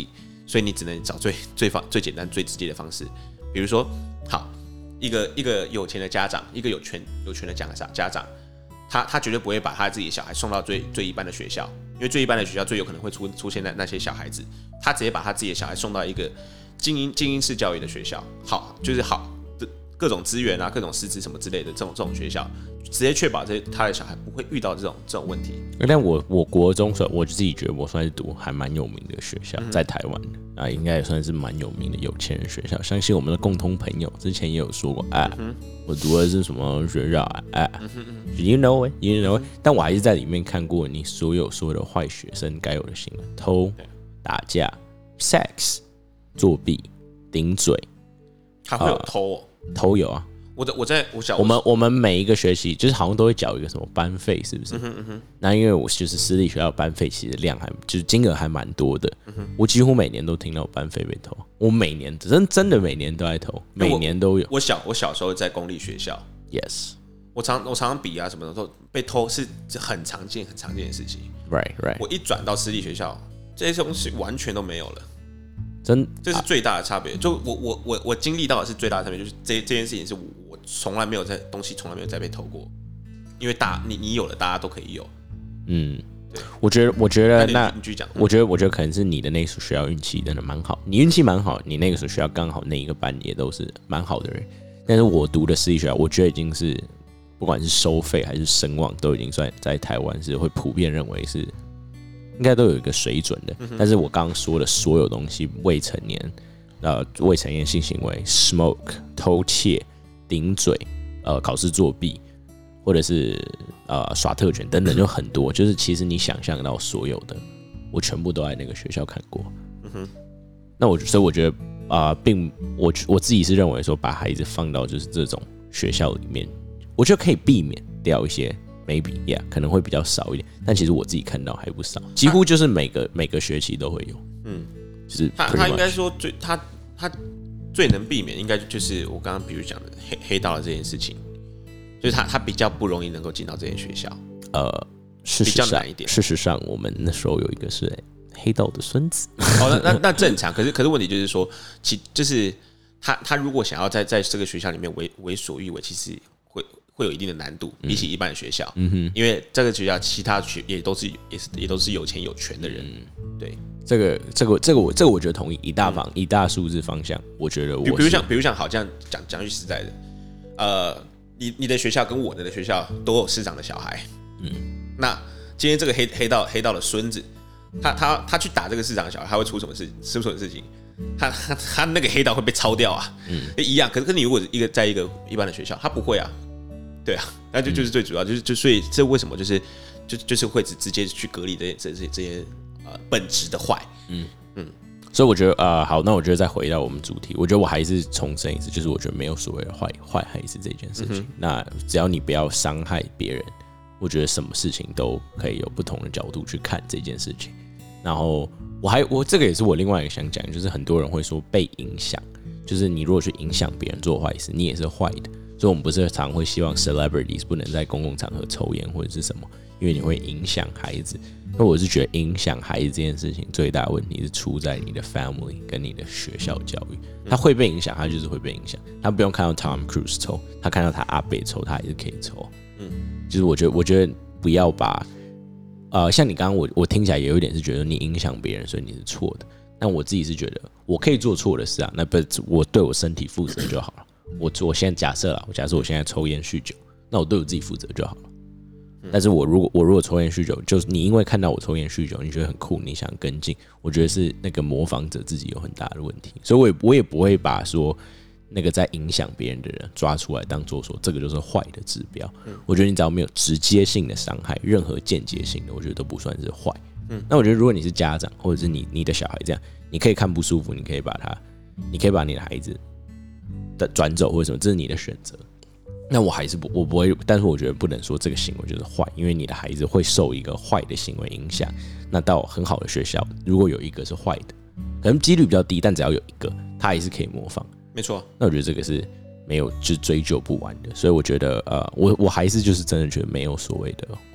所以你只能找最最方最简单最直接的方式，比如说，好，一个一个有钱的家长，一个有权有权的家长，家长，他他绝对不会把他自己的小孩送到最最一般的学校，因为最一般的学校最有可能会出出现那那些小孩子，他直接把他自己的小孩送到一个精英精英式教育的学校，好，就是好。各种资源啊，各种师资什么之类的这种这种学校，直接确保这他的小孩不会遇到这种这种问题。 但我我国中算我自己觉得我算是读还蛮有名的学校，在台湾啊，应该也算是蛮有名的有钱人学校。相信我们的共同朋友之前也有说过，啊，嗯、我读的是什么学校啊？啊、嗯、，you know it, you know it、嗯。但我还是在里面看过你所有所有的坏学生该有的行为：偷、打架、sex、作弊、顶嘴。 他会有偷哦。 偷有啊， 我在我在我小我们我们每一个学期就是好像都会缴一个什么班费，是不是？嗯哼嗯哼。那因为我就是私立学校班费，其实量还就是金额还蛮多的。嗯哼。我几乎每年都听到班费被偷，我每年真真的每年都在偷，每年都有。 我小我小时候在公立学校 ，yes， 我常我常常笔啊什么的都被偷，是很常见很常见的事情。 Right right。我一转到私立学校，这些东西完全都没有了。 真， 这是最大的差别。就我我我我经历到的是最大的差别，就是这这件事情是我我从来没有在东西从来没有再被偷过，因为大你你有了，大家都可以有。 嗯，对，我觉得我觉得那你继续讲， 我觉得我觉得可能是你的那所学校运气真的蛮好，你运气蛮好，你那个所学校刚好那一个班也都是蛮好的人。但是我读的私立学校，我觉得已经是不管是收费还是声望，都已经算在台湾是会普遍认为是。应该都有一个水准的，但是我刚刚说的所有东西，未成年，呃，未成年性行为 ，smoke、偷窃、顶嘴，呃，考试作弊，或者是呃耍特权等等，就很多，就是其实你想象到所有的，我全部都在那个学校看过。嗯哼，那我所以我觉得啊、呃，并我我自己是认为说，把孩子放到就是这种学校里面，我觉得可以避免掉一些。maybe yeah 可能会比较少一点，但其实我自己看到还不少，几乎就是每个每个学期都会有。嗯，就是他他应该说最他他最能避免，应该就是我刚刚比如讲的黑黑道的这件事情，就是他他比较不容易能够进到这些学校。呃， 事实上事实上我们那时候有一个是黑道的孙子。 哦，那那那正常，可是可是问题就是说，其就是他他如果想要在在这个学校里面为为所欲为，其实会。会有一定的难度，比起一般的学校，嗯哼，因为这个学校其他学也都是也是也都是有钱有权的人，嗯、对， 这个这个这个我这个我觉得同意，以大方、嗯、以大数字方向，我觉得我比如像比如像好这样讲讲句实在的，呃，你你的学校跟我的学校都有师长的小孩，嗯，那今天这个黑黑道黑道的孙子，他他他去打这个师长的小孩，他会出什么事出什么事情？他他他那个黑道会被抄掉啊，嗯，一样。可是跟你如果一个在一个一般的学校，他不会啊。对啊，那就就是最主要，就是就所以这为什么就是就就是会直直接去隔离这些这些这些呃本质的坏，嗯嗯，所以我觉得呃好，那我觉得再回到我们主题，我觉得我还是重申一次，就是我觉得没有所谓的坏坏孩子这件事情，嗯、那只要你不要伤害别人，我觉得什么事情都可以有不同的角度去看这件事情。然后我还我这个也是我另外一个想讲，就是很多人会说被影响，就是你如果去影响别人做坏事，你也是坏的。所以我们不是常会希望 celebrities 不能在公共场合抽烟或者是什么，因为你会影响孩子。那我是觉得影响孩子这件事情最大的问题是出在你的 family 跟你的学校教育。他会被影响，他就是会被影响。他不用看到 Tom Cruise 抽，他看到他阿伯抽，他还是可以抽。嗯，就是我觉得，我觉得不要把呃，像你刚刚我我听起来也有一点是觉得你影响别人，所以你是错的。但我自己是觉得我可以做错的事啊，那不我对我身体负责就好了。我我现在假设啦，我假设我现在抽烟酗酒，那我对我自己负责就好了。但是我如果我如果抽烟酗酒，就是你因为看到我抽烟酗酒，你觉得很酷，你想跟进，我觉得是那个模仿者自己有很大的问题，所以我也我也不会把说那个在影响别人的人抓出来当做说这个就是坏的指标。我觉得你只要没有直接性的伤害，任何间接性的，我觉得都不算是坏。那我觉得如果你是家长或者是你你的小孩这样，你可以看不舒服，你可以把他，你可以把你的孩子的转走或者什么，这是你的选择。那我还是不，我不会，但是我觉得不能说这个行为就是坏，因为你的孩子会受一个坏的行为影响。那到很好的学校，如果有一个是坏的，可能几率比较低，但只要有一个，他还是可以模仿。 没错。 那我觉得这个是没有就追究不完的，所以我觉得呃，我我还是就是真的觉得没有所谓的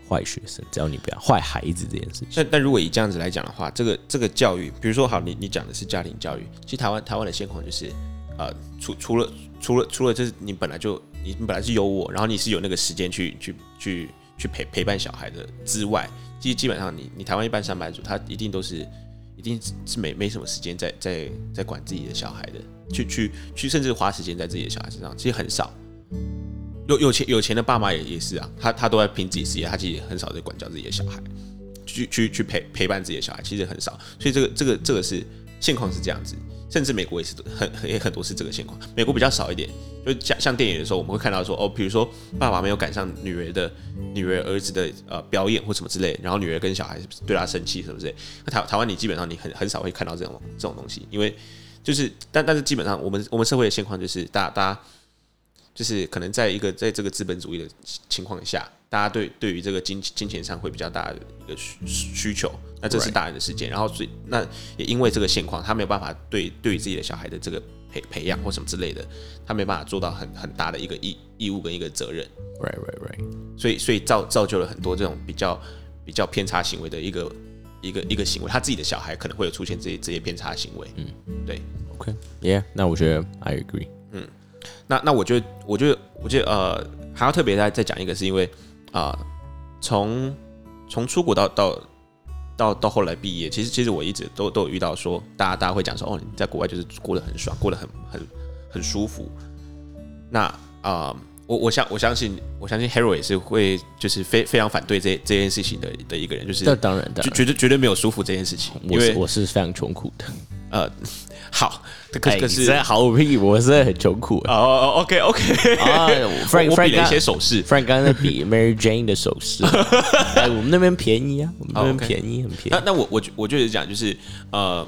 坏学生，只要你不要坏孩子这件事情。 但但如果以这样子来讲的话，这个这个教育，比如说好，你你讲的是家庭教育，其实台湾台湾的现况就是，呃，除除了除了除了就是你本来就你本来是有我，然后你是有那个时间去去去去陪陪伴小孩的之外，其实基本上你你台湾一般上班族，他一定都是一定是没没什么时间在在在管自己的小孩的，去去去甚至花时间在自己的小孩身上，其实很少。有有钱有钱的爸妈也也是啊，他他都在拼自己事业，他其实很少在管教自己的小孩，去去去陪陪伴自己的小孩，其实很少。所以这个这个这个是现况是这样子，甚至美国也是很也很多是这个现况，美国比较少一点。就像像电影的时候，我们会看到说哦，比如说爸爸没有赶上女儿的女儿儿子的呃表演或什么之类，然后女儿跟小孩对他生气什么之类。那台台湾你基本上你很很少会看到这种这种东西，因为就是但但是基本上我们我们社会的现况就是大家大家。就是可能在一个在这个资本主义的情况下，大家对对于这个金金钱上会比较大的一个需求，那这是大人的时间，然后所以那也因为这个现况，他没有办法对对于自己的小孩的这个培培养或什么之类的，他没办法做到很很大的一个义义务跟一个责任 ，right right right， 所以所以造造就了很多这种比较比较偏差行为的一个一个一个行为，他自己的小孩可能会有出现这些这些偏差行为，嗯，对 ，OK，Yeah， 那我觉得 I agree， 嗯。那那我觉得，我觉得，我觉得，呃，还要特别再再讲一个，是因为啊，从、呃、从出国到到到到后来毕业，其实其实我一直都都有遇到说，大家大家会讲说，哦，你在国外就是过得很爽，过得很很很舒服。那啊、呃，我我相我相信我相信 Harold 也是会就是非非常反对这这件事情的的一个人，就是这当然的， 绝对绝对没有舒服这件事情，因为我是非常穷苦的。 呃，好，可是可是好屁，我是很穷苦哦哦 ，OK OK， 啊 ，Frank 我比了一些手势 ，Frank 刚才比 Mary Jane 的手势，哎，我们那边便宜啊，我们那边便宜，很便宜。 那那我我我觉得讲就是呃，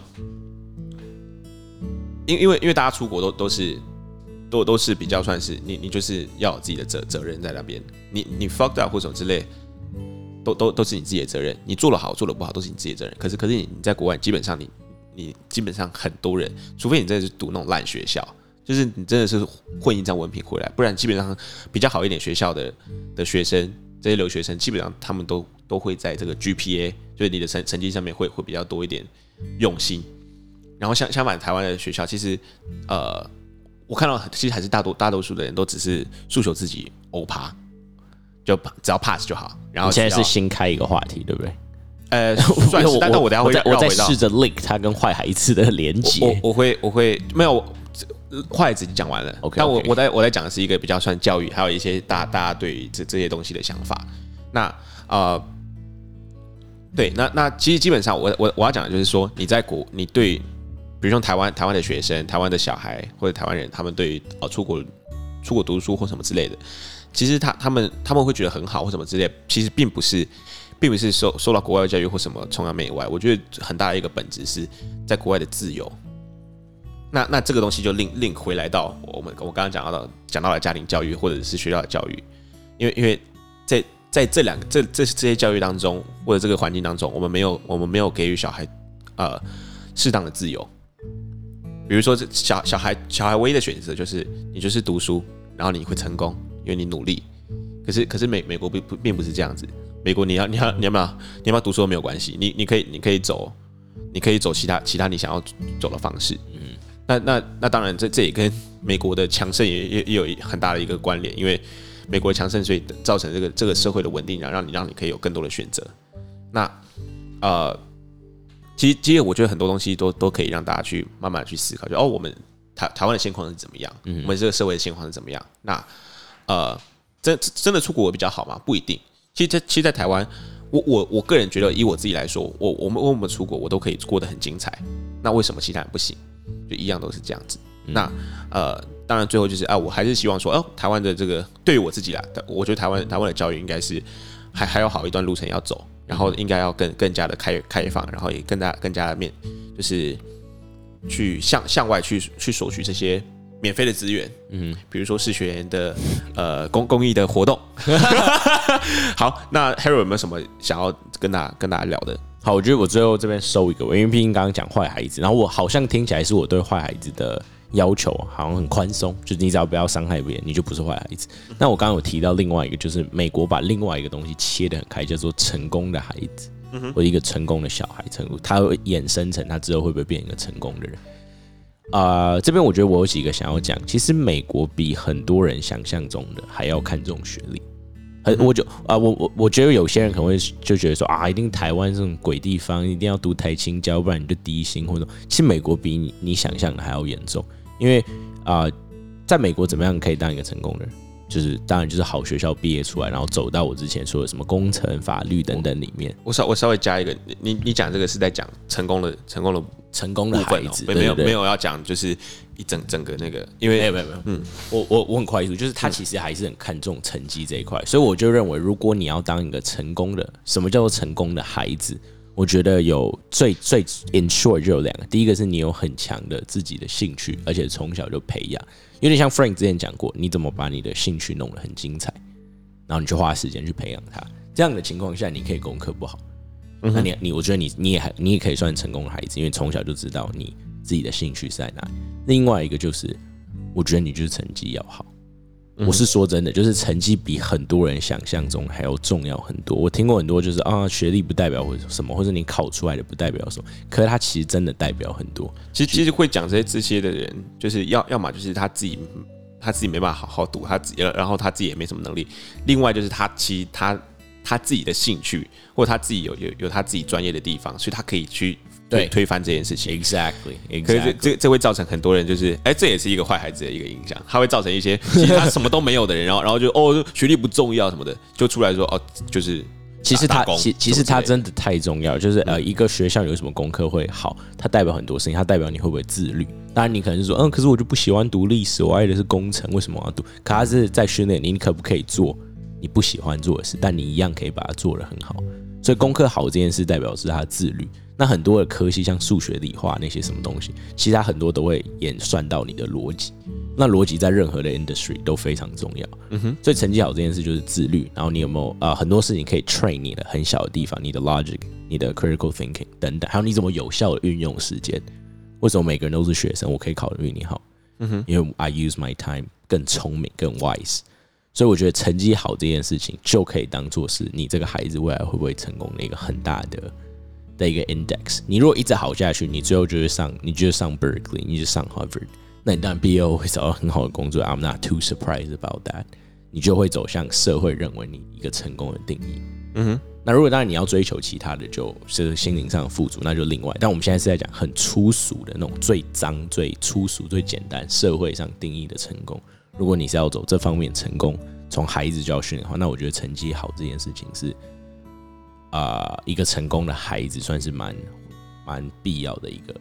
因因为因为大家出国都都是都都是比较算是你你就是要有自己的责责任在那边，你你 fucked up 或什么之类，都都都是你自己的责任，你做得好做得不好都是你自己的责任。可是可是你你在国外基本上你。你基本上很多人，除非你真的是读那种烂学校，就是你真的是混一张文凭回来，不然基本上比较好一点学校的的学生，这些留学生基本上他们都都会在这个 G P A， 就是你的成成绩上面会会比较多一点用心。然后相相反，台湾的学校其实呃，我看到其实还是大多大多数的人都只是诉求自己欧趴，就只要 pass 就好。然后现在是新开一个话题，对不对？ 呃，算是，但但我等一下会绕回到， 我在试着 link 他跟坏孩子的连结。 我我会我会没有坏孩子已经讲完了 ，OK， 但我我在我在讲的是一个比较算教育，还有一些大大家对于这这些东西的想法。那呃，对，那那其实基本上我我我要讲的就是说，你在国你对，比如说台湾台湾的学生、台湾的小孩或者台湾人，他们对于呃出国出国读书或什么之类的，其实他他们他们会觉得很好或什么之类的，其实并不是。并不是受受到国外教育或什么崇洋媚外，我觉得很大的一个本质是在国外的自由。那那这个东西就另另回来到我们我刚刚讲到的讲到了家庭教育或者是学校的教育，因为因为在在这两个这这这些教育当中或者这个环境当中，我们没有我们没有给予小孩呃适当的自由。比如说小小孩小孩唯一的选择就是你就是读书，然后你会成功，因为你努力。可是可是美美国并不并不是这样子。美国你要你要你要不要你要不要读书都没有关系，你你可以你可以走你可以走其他其他你想要走的方式，嗯，那那那当然这这也跟美国的强盛也也也有很大的一个关联，因为美国的强盛所以造成这个这个社会的稳定，然后让你让你可以有更多的选择。那呃，其实其实我觉得很多东西都都可以让大家去慢慢去思考，就哦我们台台湾的现况是怎么样，嗯，我们这个社会的现况是怎么样？那呃真真的出国比较好吗？不一定。其实，其实，在台湾，我我我个人觉得，以我自己来说，我我们我们出国，我都可以过得很精彩。那为什么其他人不行？就一样都是这样子。嗯、那呃，当然最后就是啊，我还是希望说，哦，台湾的这个对于我自己啦，我觉得台湾台湾的教育应该是还还有好一段路程要走，然后应该要更更加的开开放，然后也更加更加的面，就是去向向外去去索取这些。免费的资源，嗯，比如说视学员的呃公公益的活动。好，那 Harold 有没有什么想要跟大家跟大家聊的？ 好，我觉得我最后这边收一个，因为毕竟刚刚讲坏孩子，然后我好像听起来是我对坏孩子的要求好像很宽松，就是你只要不要伤害别人，你就不是坏孩子。那我刚刚有提到另外一个，就是美国把另外一个东西切得很开，叫做成功的孩子，嗯、或一个成功的小孩，成功，他会衍生成他之后会不会变一个成功的人？啊、呃，这边我觉得我有几个想要讲，其实美国比很多人想象中的还要看重学历。我就啊，我我我觉得有些人可能会就觉得说啊，一定台湾这种鬼地方，一定要读台清交，不然你就低薪或者。其实美国比你你想象的还要严重，因为啊、呃，在美国怎么样可以当一个成功的人？就是当然就是好学校毕业出来，然后走到我之前说的什么工程、法律等等里面。 我稍我稍微加一个，你你讲这个是在讲成功的成功的成功的孩子， 哦、没有没有要讲就是一整整个那个，因为没有没有没有，嗯，我我我很快速，就是他其实还是很看重成绩这一块，所以我就认为，如果你要当一个成功的，什么叫做成功的孩子？我觉得有最最 in short 就有两个，第一个是你有很强的自己的兴趣，而且从小就培养，有点像 Frank 之前讲过，你怎么把你的兴趣弄得很精彩，然后你就花时间去培养它。这样的情况下，你可以功课不好，嗯、那你你我觉得你你也你也可以算成功的孩子，因为从小就知道你自己的兴趣是在哪里。另外一个就是，我觉得你就是成绩要好。我是说真的，就是成绩比很多人想象中还要重要很多。我听过很多，就是啊，学历不代表什么，或者你考出来的不代表什么，可是它其实真的代表很多。 其实，其实会讲这些这些的人，就是要要么就是他自己他自己没办法好好读，他自己然后他自己也没什么能力；另外就是他其实他他自己的兴趣，或者他自己有有有他自己专业的地方，所以他可以去。对，推翻这件事情 ，exactly， exactly 可是这这这会造成很多人就是，哎、欸，这也是一个坏孩子的一个影响，他会造成一些其实他什么都没有的人，然后然后就哦学历不重要什么的，就出来说哦就是其实他其其实他真的太重要，就是呃一个学校有什么功课会好，它代表很多事情，它代表你会不会自律。当然你可能是说，嗯，可是我就不喜欢读历史，我爱的是工程，为什么我要读？可他是在训练你，你可不可以做你不喜欢做的事，但你一样可以把它做得很好。所以功课好这件事代表是他的自律。那很多的科系像数学、理化那些什么东西，其实它很多都会演算到你的逻辑。那逻辑在任何的 industry 都非常重要。嗯哼，所以成绩好这件事就是自律。然后你有没有啊、呃、很多事情可以 train 你的很小的地方，你的 logic、你的 critical thinking 等等，还有你怎么有效的运用时间。为什么每个人都是学生，我可以考得比你好？嗯哼，因为 I use my time 更聪明、更 wise。所以我觉得成绩好这件事情就可以当做是你这个孩子未来会不会成功的一个很大的的一个 index。你如果一直好下去，你最后就会上，你就上 Berkeley， 你就上 Harvard， 那你当然毕业后会找到很好的工作。I'm not too surprised about that。你就会走向社会认为你一个成功的定义。嗯哼。那如果当然你要追求其他的，就是心灵上的富足，那就另外。但我们现在是在讲很粗俗的那种最脏、最粗俗、最简单社会上定义的成功。如果你是要走这方面成功，从孩子就要训练的话，那我觉得成绩好这件事情是啊、呃，一个成功的孩子算是蛮蛮必要的一个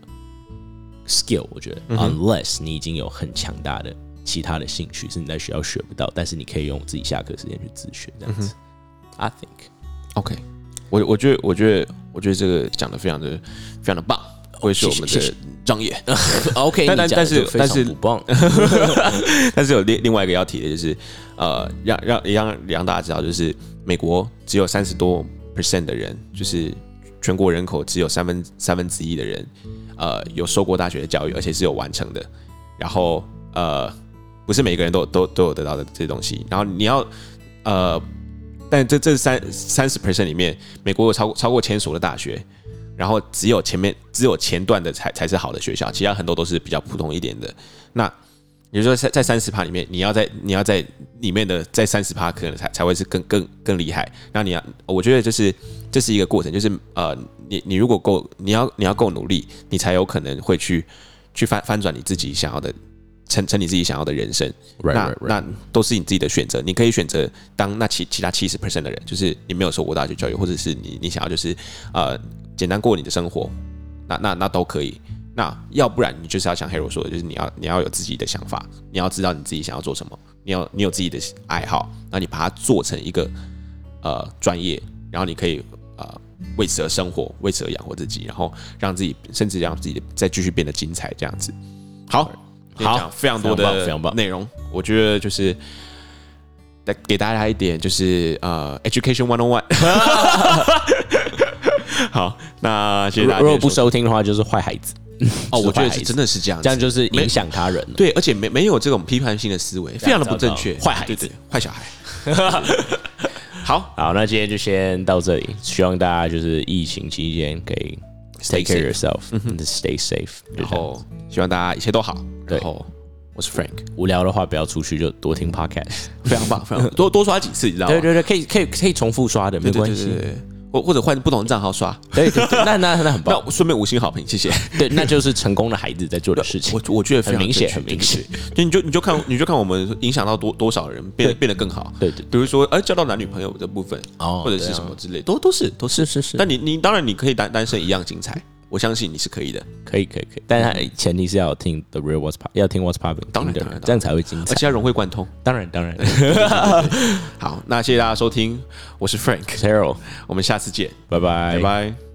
skill。我觉得、嗯、，unless 你已经有很强大的其他的兴趣是你在学校学不到，但是你可以用自己下课时间去自学这样子。嗯、I think OK， 我我觉得我觉得我觉得这个讲的非常的非常的棒。会是我们的专业 ，OK， 但但但是但是不棒， 但是有另另外一个要提的就是，呃，让让让让大家知道，就是美国只有三十多 percent 的人，就是全国人口只有三分三分之一的人，呃，有受过大学的教育，而且是有完成的。然后呃，不是每个人都都都有得到的这些东西。然后你要呃，但这这三三十 percent 里面，美国有超过超过千所的大学。然后只有前面只有前段的才才是好的学校，其他很多都是比较普通一点的。那也就是说，在三十趴里面，你要在你要在里面的在三十趴可能才才会是更更更厉害。那你要，我觉得就是这是一个过程，就是呃，你你如果够，你要你要够努力，你才有可能会去去翻翻转你自己想要的。成成你自己想要的人生， right, 那 right, right. 那都是你自己的选择。你可以选择当那其其他七十 percent 的人，就是你没有受过大学教育，或者是你你想要就是呃简单过你的生活，那那那都可以。那要不然你就是要像 Harold 说的，就是你要你要有自己的想法，你要知道你自己想要做什么，你要你有自己的爱好，然后你把它做成一个呃专业，然后你可以呃为此而生活，为此而养活自己，然后让自己甚至让自己再继续变得精彩，这样子。好。好，非常多的内容，我觉得就是给大家一点就是呃 education one oh one。好，那谢谢大家。 如果不收听的话，就是坏孩子。 哦，我觉得是真的是这样子， 这样就是影响他人。 对，而且没没有这种批判性的思维，非常的不正确， 坏孩子， 坏小孩。好好，那今天就先到这里，希望大家就是疫情期间可以 take care yourself， and stay safe， 然后希望大家一切都好。然后我是 Frank， 无聊的话不要出去，就多听 podcast， 非常棒，非常多多刷几次，你知道吗？ 对对对，可以可以可以重复刷的，没关系。 或或者换不同的账号刷， 对对对，那那那很棒。 那顺便五星好评，谢谢。 对，那就是成功的孩子在做的事情。 我我觉得非常明显，很明显。 就你就你就看你就看我们影响到多多少人变变得更好。 对对， 比如说哎交到男女朋友的部分，哦，或者是什么之类，都都是都是是是。 但你你当然你可以单单身一样精彩。我相信你是可以的， 可以可以可以，但是前提是要听 The Real What's Pop， 要听 What's Popping， 当然当然， 这样才会精彩， 而且要融会贯通。 当然当然。 好，那谢谢大家收听，我是 Frank， Terrell， 我们下次见， 拜拜拜拜。